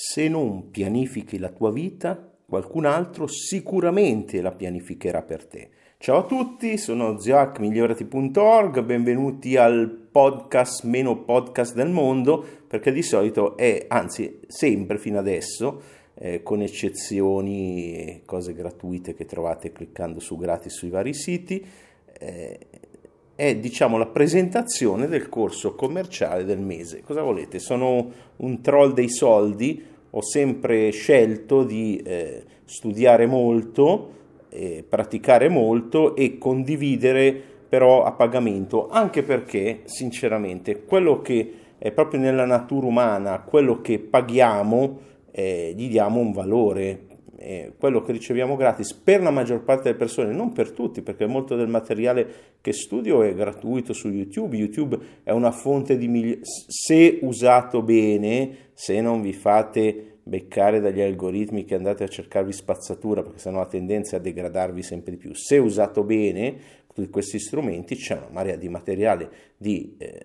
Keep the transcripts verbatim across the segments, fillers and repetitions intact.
Se non pianifichi la tua vita, qualcun altro sicuramente la pianificherà per te. Ciao a tutti, sono Zioach, migliorati punto org, benvenuti al podcast meno podcast del mondo, perché di solito è, anzi sempre fino adesso, eh, con eccezioni e cose gratuite che trovate cliccando su gratis sui vari siti, eh, è diciamo la presentazione del corso commerciale del mese. Cosa volete? Sono un troll dei soldi, ho sempre scelto di eh, studiare molto, eh, praticare molto e condividere però a pagamento, anche perché sinceramente quello che è proprio nella natura umana, quello che paghiamo, eh, gli diamo un valore. Eh, quello che riceviamo gratis per la maggior parte delle persone, non per tutti, perché molto del materiale che studio è gratuito su YouTube. YouTube è una fonte di migli- se usato bene, se non vi fate beccare dagli algoritmi che andate a cercarvi spazzatura, perché sennò ha tendenza a degradarvi sempre di più. Se usato bene tutti questi strumenti, c'è una marea di materiale di eh,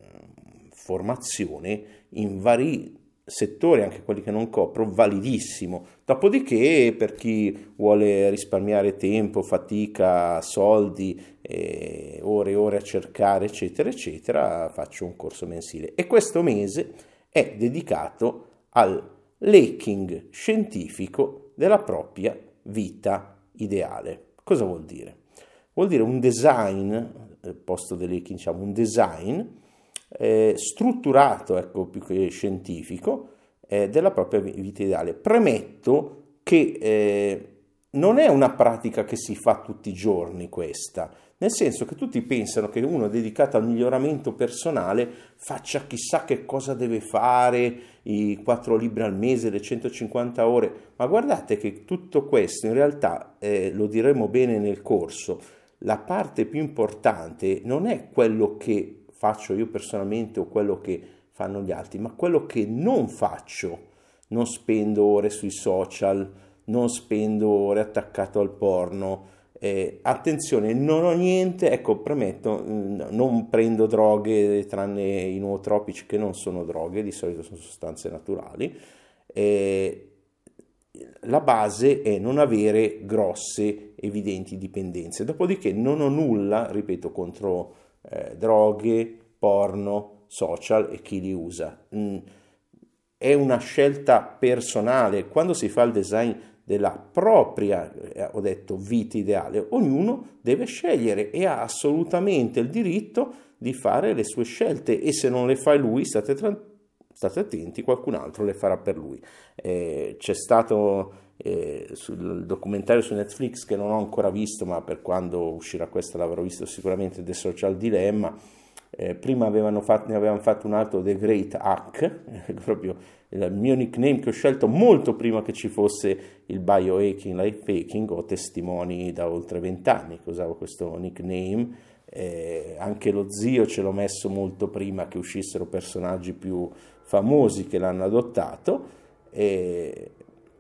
formazione in vari settori, anche quelli che non copro, validissimo. Dopodiché, per chi vuole risparmiare tempo, fatica, soldi, eh, ore e ore a cercare, eccetera, eccetera, faccio un corso mensile. E questo mese è dedicato al l'hacking scientifico della propria vita ideale. Cosa vuol dire? Vuol dire un design, al posto dell'hacking diciamo un design, Eh, strutturato, ecco, più che scientifico, eh, della propria vita ideale. Premetto che eh, non è una pratica che si fa tutti i giorni questa, nel senso che tutti pensano che uno dedicato al miglioramento personale faccia chissà che cosa deve fare, i quattro libri al mese, le centocinquanta ore, ma guardate che tutto questo in realtà, eh, lo diremo bene nel corso, la parte più importante non è quello che faccio io personalmente o quello che fanno gli altri, ma quello che non faccio. Non spendo ore sui social, non spendo ore attaccato al porno. Eh, attenzione, non ho niente, ecco, premetto, non prendo droghe tranne i nootropici che non sono droghe, di solito sono sostanze naturali. Eh, la base è non avere grosse, evidenti dipendenze. Dopodiché non ho nulla, ripeto, contro Eh, droghe, porno, social e chi li usa. Mm, è una scelta personale. Quando si fa il design della propria, eh, ho detto, vita ideale, ognuno deve scegliere e ha assolutamente il diritto di fare le sue scelte, e se non le fa lui, state, tra- state attenti, qualcun altro le farà per lui. Eh, c'è stato Eh, sul documentario su Netflix che non ho ancora visto, ma per quando uscirà questo l'avrò visto sicuramente, The Social Dilemma. Eh, prima avevano fatto, ne avevano fatto un altro, The Great Hack, eh, proprio il mio nickname che ho scelto molto prima che ci fosse il biohacking, life hacking. Ho testimoni da oltre vent'anni che usavo questo nickname, eh, anche lo zio ce l'ho messo molto prima che uscissero personaggi più famosi che l'hanno adottato. eh,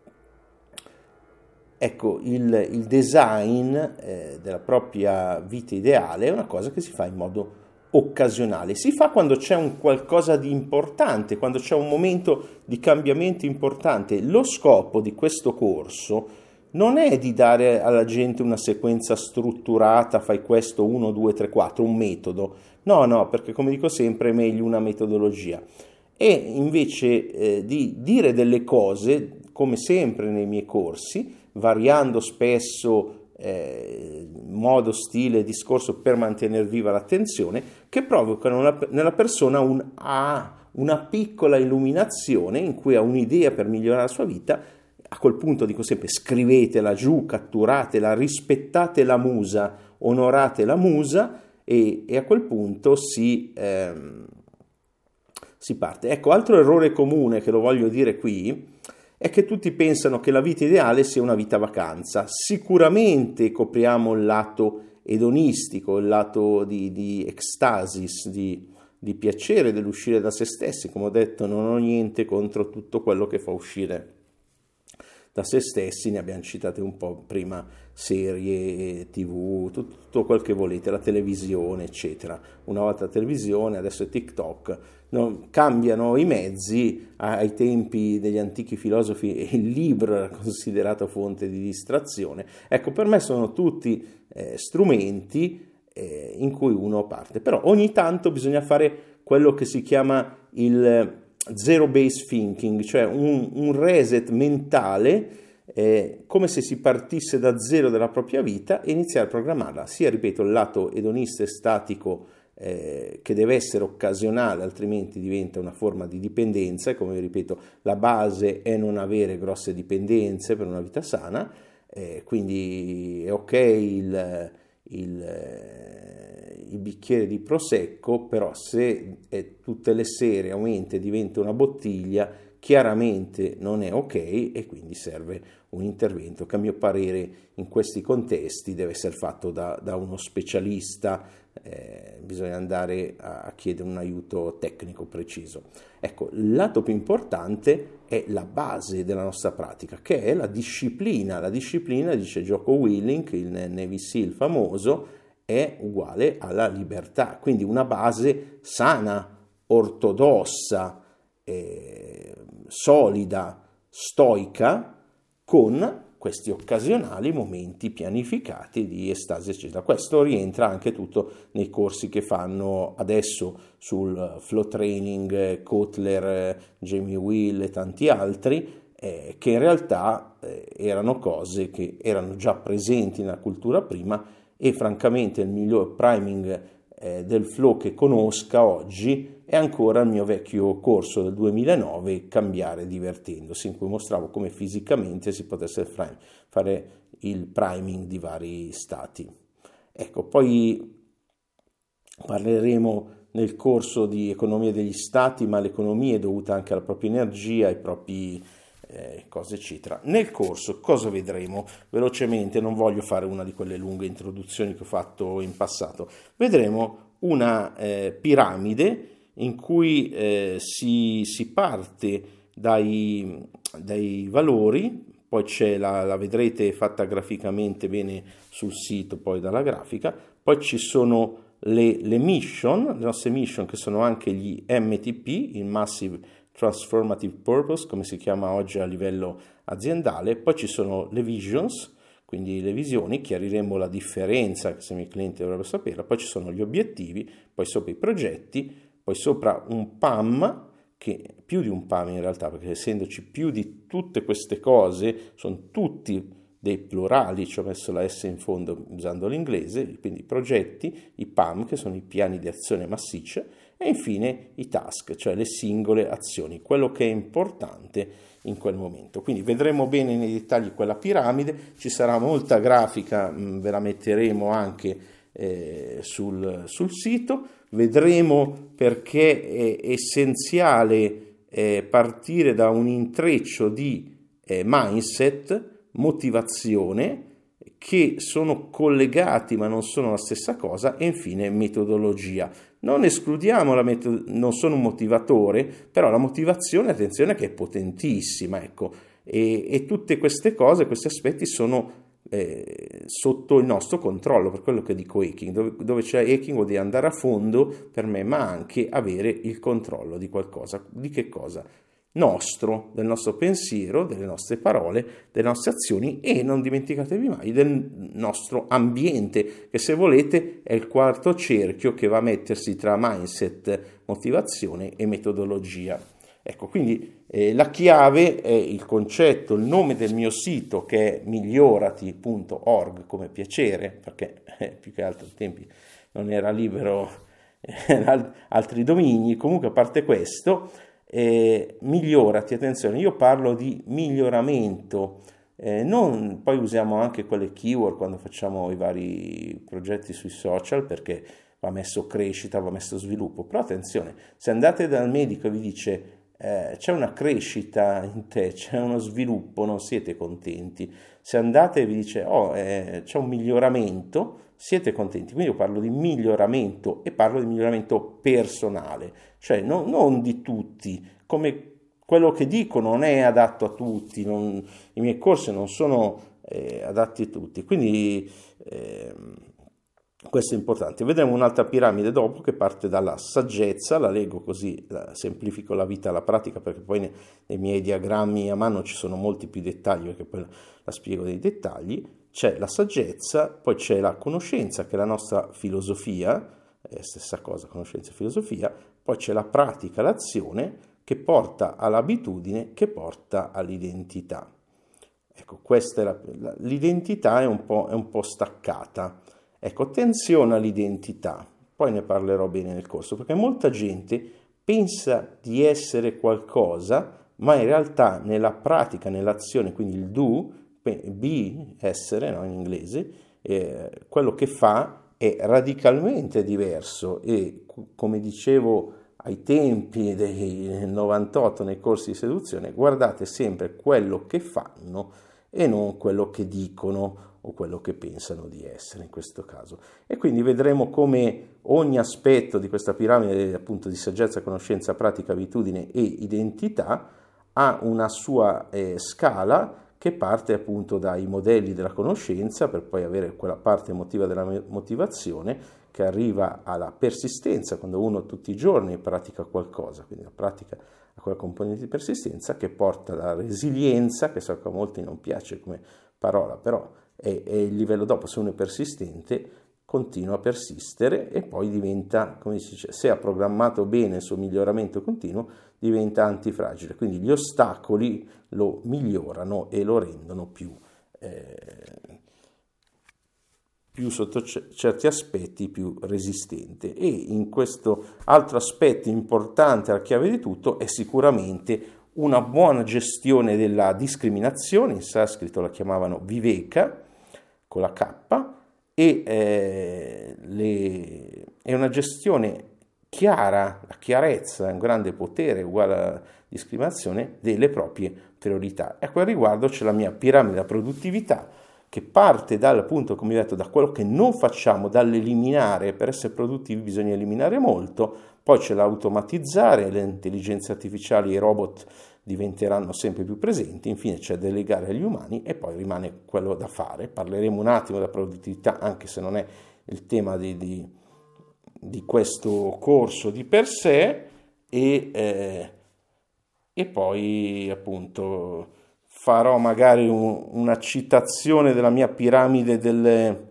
Ecco, il, il design eh, della propria vita ideale è una cosa che si fa in modo occasionale, si fa quando c'è un qualcosa di importante, quando c'è un momento di cambiamento importante. Lo scopo di questo corso non è di dare alla gente una sequenza strutturata, fai questo, uno, due, tre, quattro, un metodo. No, no, perché come dico sempre è meglio una metodologia. È invece eh, di dire delle cose, come sempre nei miei corsi, variando spesso eh, modo, stile, discorso per mantenere viva l'attenzione, che provocano una, nella persona un, ah, una piccola illuminazione in cui ha un'idea per migliorare la sua vita. A quel punto dico sempre: scrivetela giù, catturatela, rispettate la musa, onorate la musa, e, e a quel punto si, ehm, si parte. Ecco, altro errore comune che lo voglio dire qui è che tutti pensano che la vita ideale sia una vita vacanza. Sicuramente copriamo il lato edonistico, il lato di, di ecstasis, di, di piacere dell'uscire da se stessi. Come ho detto, non ho niente contro tutto quello che fa uscire da se stessi, ne abbiamo citate un po' prima, serie tv, tutto quel che volete, la televisione, eccetera. Una volta la televisione, adesso è TikTok. no, cambiano i mezzi. Ai tempi degli antichi filosofi il libro era considerato fonte di distrazione. Ecco, per me sono tutti eh, strumenti eh, in cui uno parte, però ogni tanto bisogna fare quello che si chiama il zero base thinking, cioè un, un reset mentale, eh, come se si partisse da zero della propria vita e iniziare a programmarla, sia, ripeto, il lato edonista e statico, Eh, che deve essere occasionale, altrimenti diventa una forma di dipendenza, e come ripeto, la base è non avere grosse dipendenze per una vita sana, eh, quindi è ok il, il, eh, il bicchiere di prosecco, però se è tutte le sere aumenta e diventa una bottiglia, chiaramente non è ok, e quindi serve un intervento che, a mio parere, in questi contesti deve essere fatto da, da uno specialista. Eh, bisogna andare a, a chiedere un aiuto tecnico preciso. Ecco, il lato più importante è la base della nostra pratica, che è la disciplina. La disciplina, dice Jocko Willink, il Navy SEAL famoso, è uguale alla libertà, quindi una base sana, ortodossa, eh, solida, stoica, con questi occasionali momenti pianificati di estasi, eccetera. Questo rientra anche tutto nei corsi che fanno adesso sul flow training, Kotler, Jamie Will e tanti altri, eh, che in realtà eh, erano cose che erano già presenti nella cultura prima, e francamente il miglior priming eh, del flow che conosca oggi è ancora il mio vecchio corso del duemilanove, Cambiare divertendosi, in cui mostravo come fisicamente si potesse fare il priming di vari stati. Ecco, poi parleremo nel corso di economia degli stati, ma l'economia è dovuta anche alla propria energia, ai propri eh, cose eccetera. Nel corso cosa vedremo? Velocemente, non voglio fare una di quelle lunghe introduzioni che ho fatto in passato. Vedremo una eh, piramide in cui eh, si, si parte dai, dai valori, poi c'è la, la vedrete fatta graficamente bene sul sito, poi dalla grafica, poi ci sono le, le mission, le nostre mission, che sono anche gli M T P, il Massive Transformative Purpose, come si chiama oggi a livello aziendale, poi ci sono le visions, quindi le visioni, chiariremo la differenza, che se i miei clienti dovrebbero saperla, poi ci sono gli obiettivi, poi sopra i progetti, poi sopra un P A M, che più di un P A M in realtà, perché essendoci più di tutte queste cose, sono tutti dei plurali, ci ho messo la S in fondo usando l'inglese, quindi i progetti, i P A M, che sono i piani di azione massiccia, e infine i task, cioè le singole azioni, quello che è importante in quel momento. Quindi vedremo bene nei dettagli quella piramide, ci sarà molta grafica, ve la metteremo anche eh, sul, sul sito. Vedremo perché è essenziale eh, partire da un intreccio di eh, mindset, motivazione, che sono collegati ma non sono la stessa cosa, e infine metodologia. Non escludiamo la metod- non sono un motivatore, però la motivazione, attenzione, che è potentissima, ecco, e, e tutte queste cose, questi aspetti sono Eh, sotto il nostro controllo, per quello che dico hacking, dove, dove c'è hacking vuol dire andare a fondo per me, ma anche avere il controllo di qualcosa. Di che cosa? Nostro, del nostro pensiero, delle nostre parole, delle nostre azioni, e non dimenticatevi mai del nostro ambiente, che se volete è il quarto cerchio che va a mettersi tra mindset, motivazione e metodologia. Ecco, quindi eh, la chiave è il concetto, il nome del mio sito, che è migliorati punto org, come piacere, perché eh, più che altro ai tempi non era libero eh, altri domini. Comunque, a parte questo, eh, migliorati, attenzione, io parlo di miglioramento, eh, non, poi usiamo anche quelle keyword quando facciamo i vari progetti sui social, perché va messo crescita, va messo sviluppo, però attenzione, se andate dal medico e vi dice Eh, c'è una crescita in te, c'è uno sviluppo, non siete contenti. Se andate e vi dice oh, eh, c'è un miglioramento, siete contenti. Quindi io parlo di miglioramento, e parlo di miglioramento personale, cioè no, non di tutti, come quello che dico non è adatto a tutti, non, i miei corsi non sono eh, adatti a tutti, quindi eh, Questo è importante. Vedremo un'altra piramide dopo che parte dalla saggezza, la leggo così la, semplifico la vita alla pratica, perché poi nei, nei miei diagrammi a mano ci sono molti più dettagli, perché poi la, la spiego nei dettagli. C'è la saggezza, poi c'è la conoscenza, che è la nostra filosofia, eh, stessa cosa, conoscenza e filosofia, poi c'è la pratica, l'azione, che porta all'abitudine, che porta all'identità. Ecco, questa è la, la, l'identità è un po', è un po' staccata. Ecco, attenzione all'identità, poi ne parlerò bene nel corso, perché molta gente pensa di essere qualcosa, ma in realtà nella pratica, nell'azione, quindi il do, be, essere, no, in inglese, eh, quello che fa è radicalmente diverso e, come dicevo ai tempi del novantotto nei corsi di seduzione, guardate sempre quello che fanno e non quello che dicono o quello che pensano di essere in questo caso. E quindi vedremo come ogni aspetto di questa piramide, appunto, di saggezza, conoscenza, pratica, abitudine e identità ha una sua eh, scala che parte appunto dai modelli della conoscenza, per poi avere quella parte emotiva della motivazione, che arriva alla persistenza, quando uno tutti i giorni pratica qualcosa, quindi la pratica a quella componente di persistenza, che porta alla resilienza, che so che a molti non piace come parola, però è, è il livello dopo. Se uno è persistente, continua a persistere e poi diventa, come si dice, se ha programmato bene il suo miglioramento continuo, diventa antifragile. Quindi gli ostacoli lo migliorano e lo rendono più, eh, più sotto certi aspetti più resistente. E in questo altro aspetto importante, la chiave di tutto, è sicuramente una buona gestione della discriminazione. In sanscrito la chiamavano viveka con la K, e eh, le, è una gestione chiara, la chiarezza è un grande potere uguale alla discriminazione delle proprie priorità. E a quel riguardo c'è la mia piramide della produttività, che parte dal, appunto, come ho detto, da quello che non facciamo, dall'eliminare. Per essere produttivi bisogna eliminare molto, poi c'è l'automatizzare, le intelligenze artificiali e i robot diventeranno sempre più presenti, infine c'è delegare agli umani e poi rimane quello da fare. Parleremo un attimo della produttività, anche se non è il tema di, di, di questo corso di per sé, e, eh, e poi appunto farò magari un, una citazione della mia piramide delle,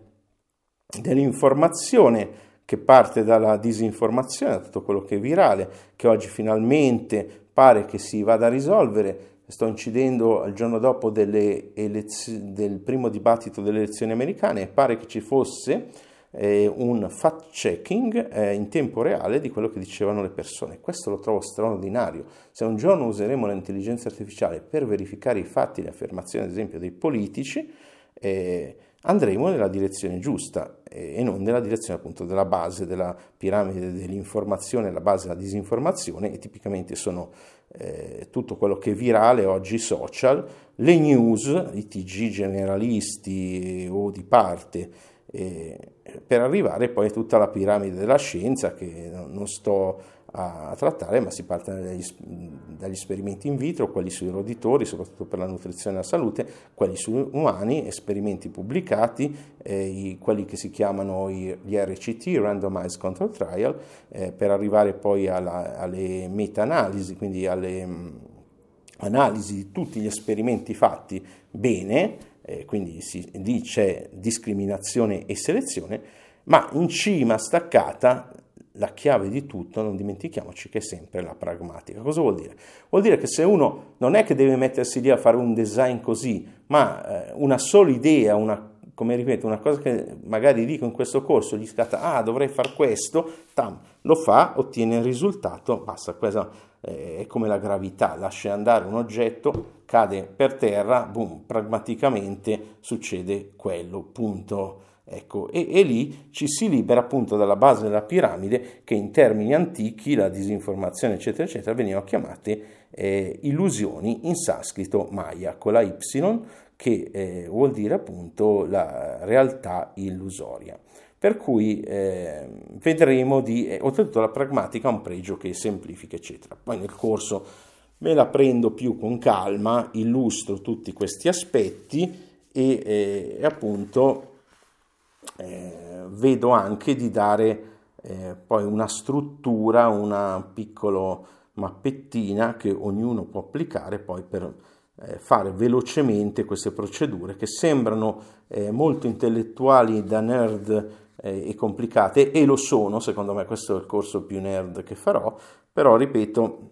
dell'informazione, che parte dalla disinformazione, da tutto quello che è virale, che oggi finalmente pare che si vada a risolvere. Sto incidendo al giorno dopo delle elezi- del primo dibattito delle elezioni americane, e pare che ci fosse eh, un fact-checking eh, in tempo reale di quello che dicevano le persone. Questo lo trovo straordinario. Se un giorno useremo l'intelligenza artificiale per verificare i fatti, le affermazioni, ad esempio, dei politici, eh, andremo nella direzione giusta eh, e non nella direzione, appunto, della base della piramide dell'informazione, la base della disinformazione, e tipicamente sono eh, tutto quello che è virale oggi, social, le news, i T G generalisti o di parte, eh, per arrivare poi a tutta la piramide della scienza, che non sto a trattare, ma si parte dagli, dagli esperimenti in vitro, quelli sui roditori, soprattutto per la nutrizione e la salute, quelli su umani, esperimenti pubblicati, eh, i, quelli che si chiamano i, gli R C T, Randomized Control Trial, eh, per arrivare poi alla, alle meta-analisi, quindi alle mh, analisi di tutti gli esperimenti fatti bene, eh, quindi si, lì c'è discriminazione e selezione, ma in cima staccata la chiave di tutto, non dimentichiamoci, che è sempre la pragmatica. Cosa vuol dire? Vuol dire che se uno non è che deve mettersi lì a fare un design così, ma eh, una sola idea, una, come ripeto, una cosa che magari dico in questo corso, gli scatta, ah, dovrei fare questo, tam, lo fa, ottiene il risultato, basta. Questa eh, è come la gravità, lascia andare un oggetto, cade per terra, boom, pragmaticamente succede quello, punto. Ecco, e, e lì ci si libera appunto dalla base della piramide, che in termini antichi, la disinformazione eccetera eccetera, venivano chiamate eh, illusioni, in sanscrito maya con la Y, che eh, vuol dire appunto la realtà illusoria. Per cui eh, vedremo di, eh, oltretutto la pragmatica ha un pregio che semplifica eccetera. Poi nel corso me la prendo più con calma, illustro tutti questi aspetti e eh, appunto eh, vedo anche di dare eh, poi una struttura, una piccola mappettina che ognuno può applicare poi per eh, fare velocemente queste procedure che sembrano eh, molto intellettuali, da nerd eh, e complicate, e lo sono. Secondo me questo è il corso più nerd che farò, però ripeto,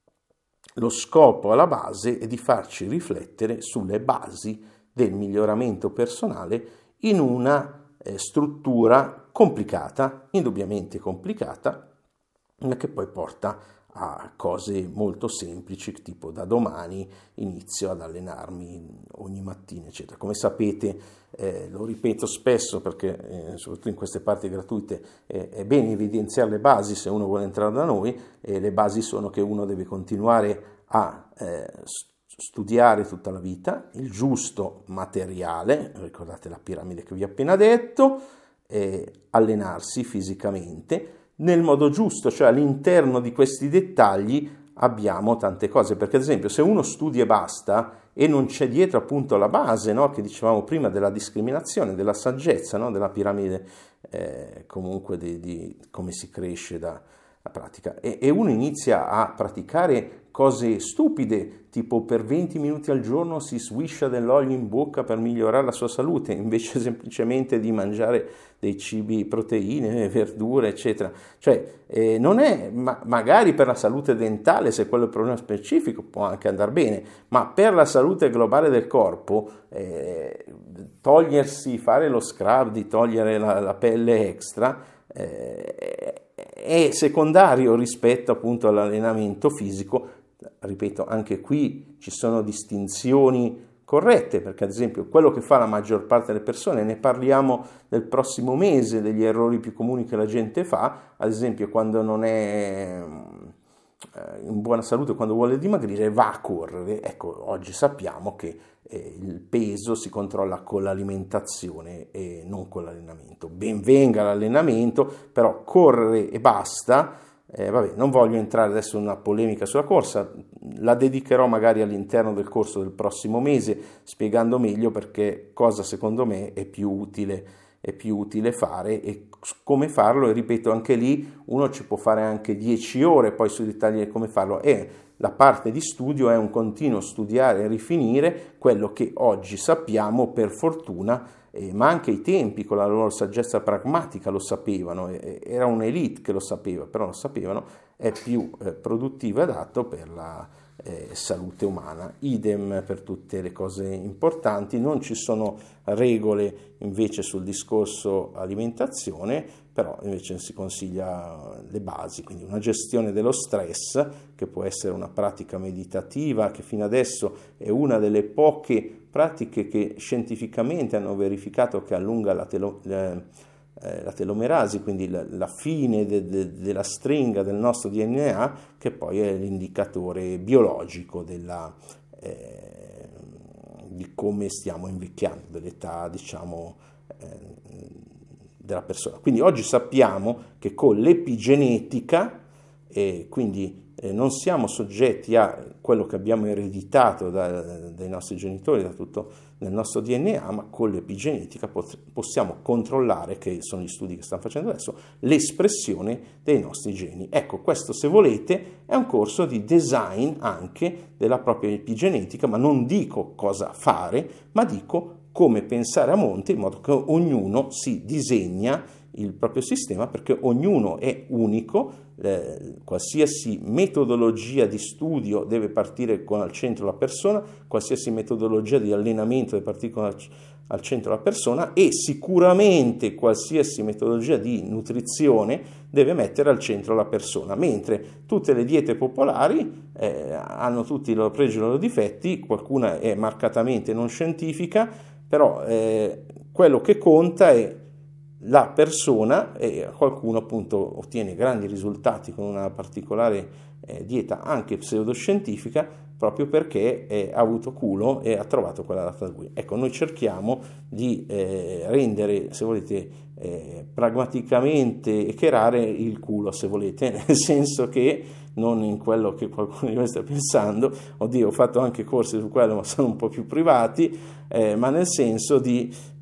lo scopo alla base è di farci riflettere sulle basi del miglioramento personale in una eh, struttura complicata, indubbiamente complicata, ma che poi porta a cose molto semplici, tipo da domani inizio ad allenarmi ogni mattina, eccetera. Come sapete, eh, lo ripeto spesso perché eh, soprattutto in queste parti gratuite eh, è bene evidenziare le basi se uno vuole entrare da noi, e le basi sono che uno deve continuare a eh, studiare tutta la vita, il giusto materiale, ricordate la piramide che vi ho appena detto, eh, allenarsi fisicamente nel modo giusto, cioè all'interno di questi dettagli abbiamo tante cose, perché ad esempio se uno studia e basta e non c'è dietro appunto la base, no, che dicevamo prima, della discriminazione, della saggezza, no, della piramide eh, comunque di, di come si cresce da la pratica, e, e uno inizia a praticare cose stupide, tipo per venti minuti al giorno si swiscia dell'olio in bocca per migliorare la sua salute, invece semplicemente di mangiare dei cibi, proteine, verdure, eccetera. Cioè, eh, non è, ma, magari per la salute dentale, se quello è il problema specifico, può anche andare bene, ma per la salute globale del corpo, eh, togliersi, fare lo scrub, di togliere la, la pelle extra, eh, è secondario rispetto appunto all'allenamento fisico. Ripeto, anche qui ci sono distinzioni corrette, perché ad esempio quello che fa la maggior parte delle persone, ne parliamo nel prossimo mese, degli errori più comuni che la gente fa, ad esempio quando non è in buona salute, quando vuole dimagrire, va a correre. Ecco, oggi sappiamo che eh, il peso si controlla con l'alimentazione e non con l'allenamento. Ben venga l'allenamento, però correre e basta. Eh, vabbè, non voglio entrare adesso in una polemica sulla corsa, la dedicherò magari all'interno del corso del prossimo mese, spiegando meglio perché cosa secondo me è più utile, è più utile fare e come farlo. E ripeto, anche lì uno ci può fare anche dieci ore poi sui dettagli di come farlo, e la parte di studio è un continuo studiare e rifinire quello che oggi sappiamo per fortuna. Eh, ma anche i tempi con la loro saggezza pragmatica lo sapevano, eh, era un'elite che lo sapeva, però lo sapevano, è più eh, produttivo e adatto per la eh, salute umana. Idem per tutte le cose importanti. Non ci sono regole invece sul discorso alimentazione, però invece si consiglia le basi, quindi una gestione dello stress, che può essere una pratica meditativa, che fino adesso è una delle poche pratiche che scientificamente hanno verificato che allunga la, telo, eh, la telomerasi, quindi la, la fine de, de, della stringa del nostro D N A, che poi è l'indicatore biologico della, eh, di come stiamo invecchiando, dell'età, diciamo, eh, della persona. Quindi oggi sappiamo che con l'epigenetica, eh, quindi eh, non siamo soggetti a quello che abbiamo ereditato da, dai nostri genitori, da tutto nel nostro D N A, ma con l'epigenetica pot- possiamo controllare, che sono gli studi che stanno facendo adesso, l'espressione dei nostri geni. Ecco, questo, se volete, è un corso di design anche della propria epigenetica, ma non dico cosa fare, ma dico come pensare a monte, in modo che ognuno si disegna il proprio sistema, perché ognuno è unico. Eh, qualsiasi metodologia di studio deve partire con al centro la persona, qualsiasi metodologia di allenamento deve partire con al, al centro la persona, e sicuramente qualsiasi metodologia di nutrizione deve mettere al centro la persona, mentre tutte le diete popolari eh, hanno tutti i loro pregi e i loro difetti, qualcuna è marcatamente non scientifica, però eh, quello che conta è la persona, e qualcuno appunto ottiene grandi risultati con una particolare eh, dieta anche pseudoscientifica, proprio perché eh, ha avuto culo e ha trovato quella data da lui. Ecco, noi cerchiamo di eh, rendere, se volete, eh, pragmaticamente eccherare il culo, se volete, nel senso che non in quello che qualcuno di voi sta pensando, oddio, ho fatto anche corsi su quello, ma sono un po' più privati, eh, ma nel senso di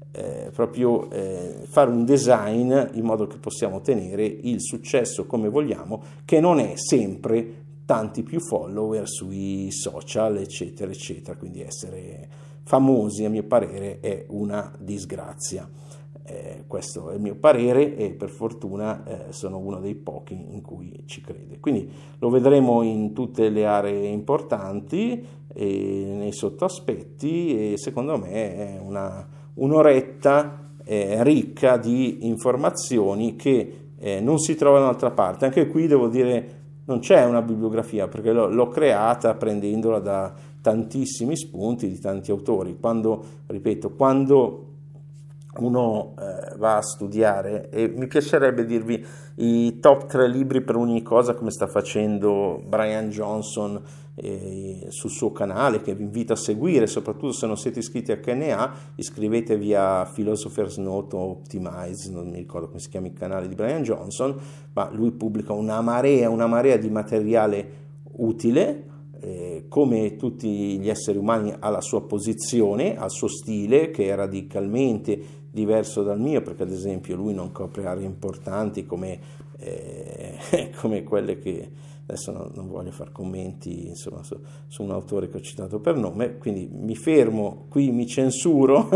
eh, proprio eh, fare un design in modo che possiamo ottenere il successo come vogliamo, che non è sempre tanti più follower sui social, eccetera, eccetera. Quindi essere famosi, a mio parere, è una disgrazia. Eh, questo è il mio parere e per fortuna eh, sono uno dei pochi in cui ci crede. Quindi lo vedremo in tutte le aree importanti e nei sottoaspetti, e secondo me è una, un'oretta eh, ricca di informazioni che eh, non si trovano da un'altra parte. Anche qui devo dire non c'è una bibliografia, perché l'ho, l'ho creata prendendola da tantissimi spunti di tanti autori. Quando, ripeto, quando uno eh, va a studiare, e mi piacerebbe dirvi i top tre libri per ogni cosa, come sta facendo Brian Johnson eh, sul suo canale, che vi invito a seguire, soprattutto se non siete iscritti a H N A, iscrivetevi a Philosopher's Note o Optimize, non mi ricordo come si chiama il canale di Brian Johnson, ma lui pubblica una marea, una marea di materiale utile. Eh, come tutti gli esseri umani ha la sua posizione, ha il suo stile, che è radicalmente diverso dal mio, perché ad esempio lui non copre aree importanti come, eh, come quelle che adesso non, non voglio fare commenti, insomma, su, su un autore che ho citato per nome, quindi mi fermo qui, mi censuro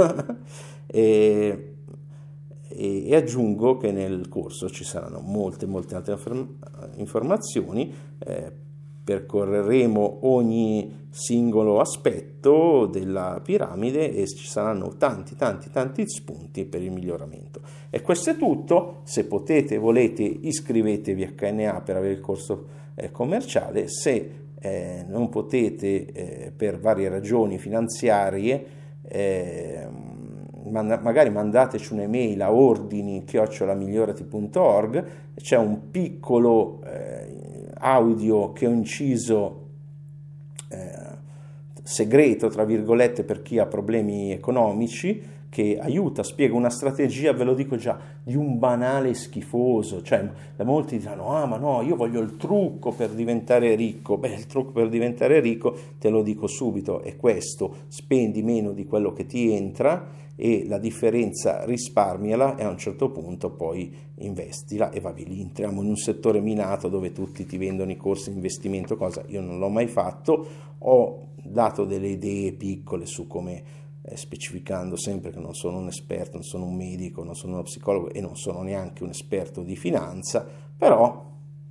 e, e, e aggiungo che nel corso ci saranno molte molte altre informazioni. eh, Percorreremo ogni singolo aspetto della piramide e ci saranno tanti tanti tanti spunti per il miglioramento. E questo è tutto. Se potete, volete, iscrivetevi a H N A per avere il corso eh, commerciale. Se eh, non potete eh, per varie ragioni finanziarie, eh, manda- magari mandateci un'email a ordini chiocciola migliorati punto org. C'è un piccolo eh, audio che ho inciso eh, segreto, tra virgolette, per chi ha problemi economici, che aiuta, spiega una strategia, ve lo dico già, di un banale schifoso. Cioè, molti diranno: ah, ma no, io voglio il trucco per diventare ricco. Beh, il trucco per diventare ricco, te lo dico subito, è questo: spendi meno di quello che ti entra e la differenza risparmiala, e a un certo punto poi investila e va via. Lì entriamo in un settore minato dove tutti ti vendono i corsi di investimento, cosa io non l'ho mai fatto. Ho dato delle idee piccole su come, eh, specificando sempre che non sono un esperto, non sono un medico, non sono uno psicologo e non sono neanche un esperto di finanza, però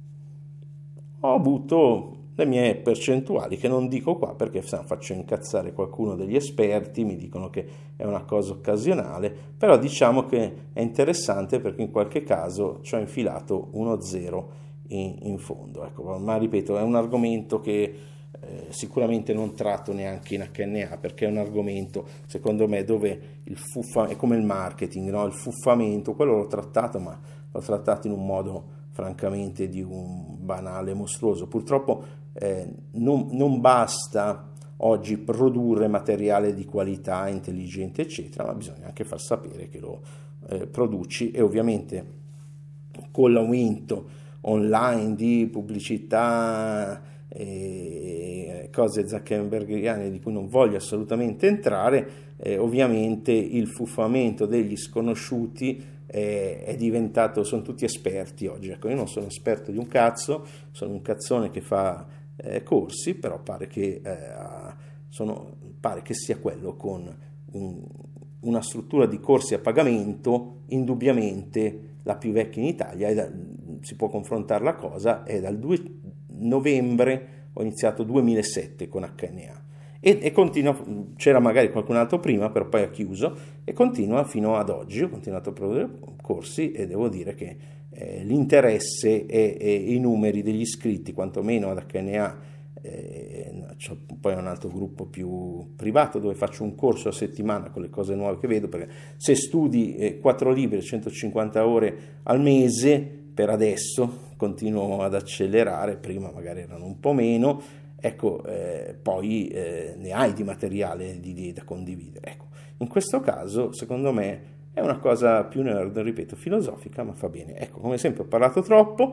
ho avuto le mie percentuali, che non dico qua perché se no faccio incazzare qualcuno degli esperti, mi dicono che è una cosa occasionale, però diciamo che è interessante perché in qualche caso ci ho infilato uno zero in, in fondo. Ecco, ma ripeto, è un argomento che eh, sicuramente non tratto neanche in H N A, perché è un argomento, secondo me, dove il fuffa è come il marketing, no? Il fuffamento, quello l'ho trattato, ma l'ho trattato in un modo francamente di un banale mostruoso. Purtroppo eh, non, non basta oggi produrre materiale di qualità, intelligente, eccetera, ma bisogna anche far sapere che lo eh, produci, e ovviamente con l'aumento online di pubblicità e cose zuckerbergiane di cui non voglio assolutamente entrare, eh, ovviamente il fuffamento degli sconosciuti eh, è diventato, sono tutti esperti oggi. Ecco, io non sono esperto di un cazzo, sono un cazzone che fa eh, corsi, però pare che, eh, sono, pare che sia quello con un, una struttura di corsi a pagamento indubbiamente la più vecchia in Italia, e da, si può confrontare la cosa, è dal due novembre, ho iniziato duemilasette con H N A e, e continua, c'era magari qualcun altro prima, però poi ha chiuso, e continua fino ad oggi. Ho continuato a produrre corsi e devo dire che eh, l'interesse e, e i numeri degli iscritti, quantomeno ad H N A, eh, c'ho poi un altro gruppo più privato dove faccio un corso a settimana con le cose nuove che vedo, perché se studi eh, quattro libri, centocinquanta ore al mese, per adesso continuo ad accelerare, prima magari erano un po' meno, ecco, eh, poi eh, ne hai di materiale di, di, da condividere. Ecco, in questo caso, secondo me, è una cosa più nerd, ripeto, filosofica, ma fa bene. Ecco, come sempre ho parlato troppo,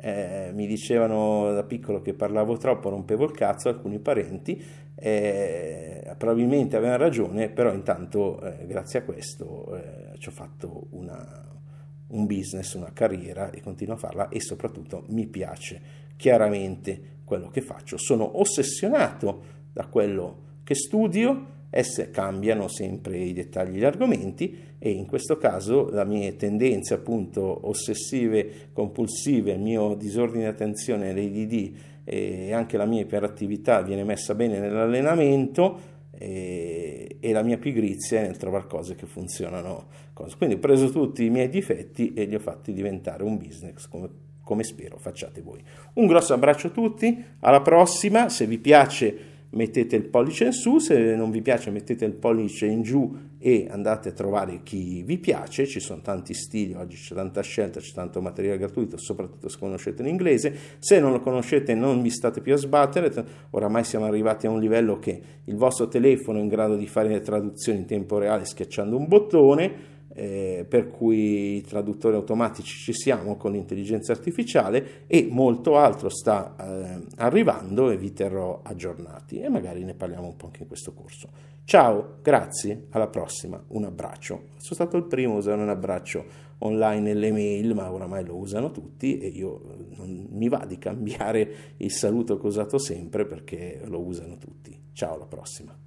eh, mi dicevano da piccolo che parlavo troppo, rompevo il cazzo, alcuni parenti, eh, probabilmente avevano ragione, però intanto eh, grazie a questo eh, ci ho fatto una, un business, una carriera e continuo a farla e soprattutto mi piace chiaramente quello che faccio, sono ossessionato da quello che studio. Esse cambiano sempre i dettagli e gli argomenti e in questo caso le mie tendenze appunto ossessive, compulsive, il mio disordine di attenzione, l'A D D e anche la mia iperattività viene messa bene nell'allenamento e, e la mia pigrizia nel trovare cose che funzionano. Quindi ho preso tutti i miei difetti e li ho fatti diventare un business come, come spero facciate voi. Un grosso abbraccio a tutti, alla prossima, se vi piace mettete il pollice in su, se non vi piace mettete il pollice in giù e andate a trovare chi vi piace, ci sono tanti stili, oggi c'è tanta scelta, c'è tanto materiale gratuito, soprattutto se conoscete l'inglese, se non lo conoscete non vi state più a sbattere, oramai siamo arrivati a un livello che il vostro telefono è in grado di fare le traduzioni in tempo reale schiacciando un bottone, Eh, per cui i traduttori automatici ci siamo con l'intelligenza artificiale e molto altro sta eh, arrivando e vi terrò aggiornati e magari ne parliamo un po' anche in questo corso. Ciao, grazie, alla prossima, un abbraccio. Sono stato il primo a usare un abbraccio online nelle mail, ma oramai lo usano tutti e io non mi va di cambiare il saluto che ho usato sempre perché lo usano tutti. Ciao, alla prossima.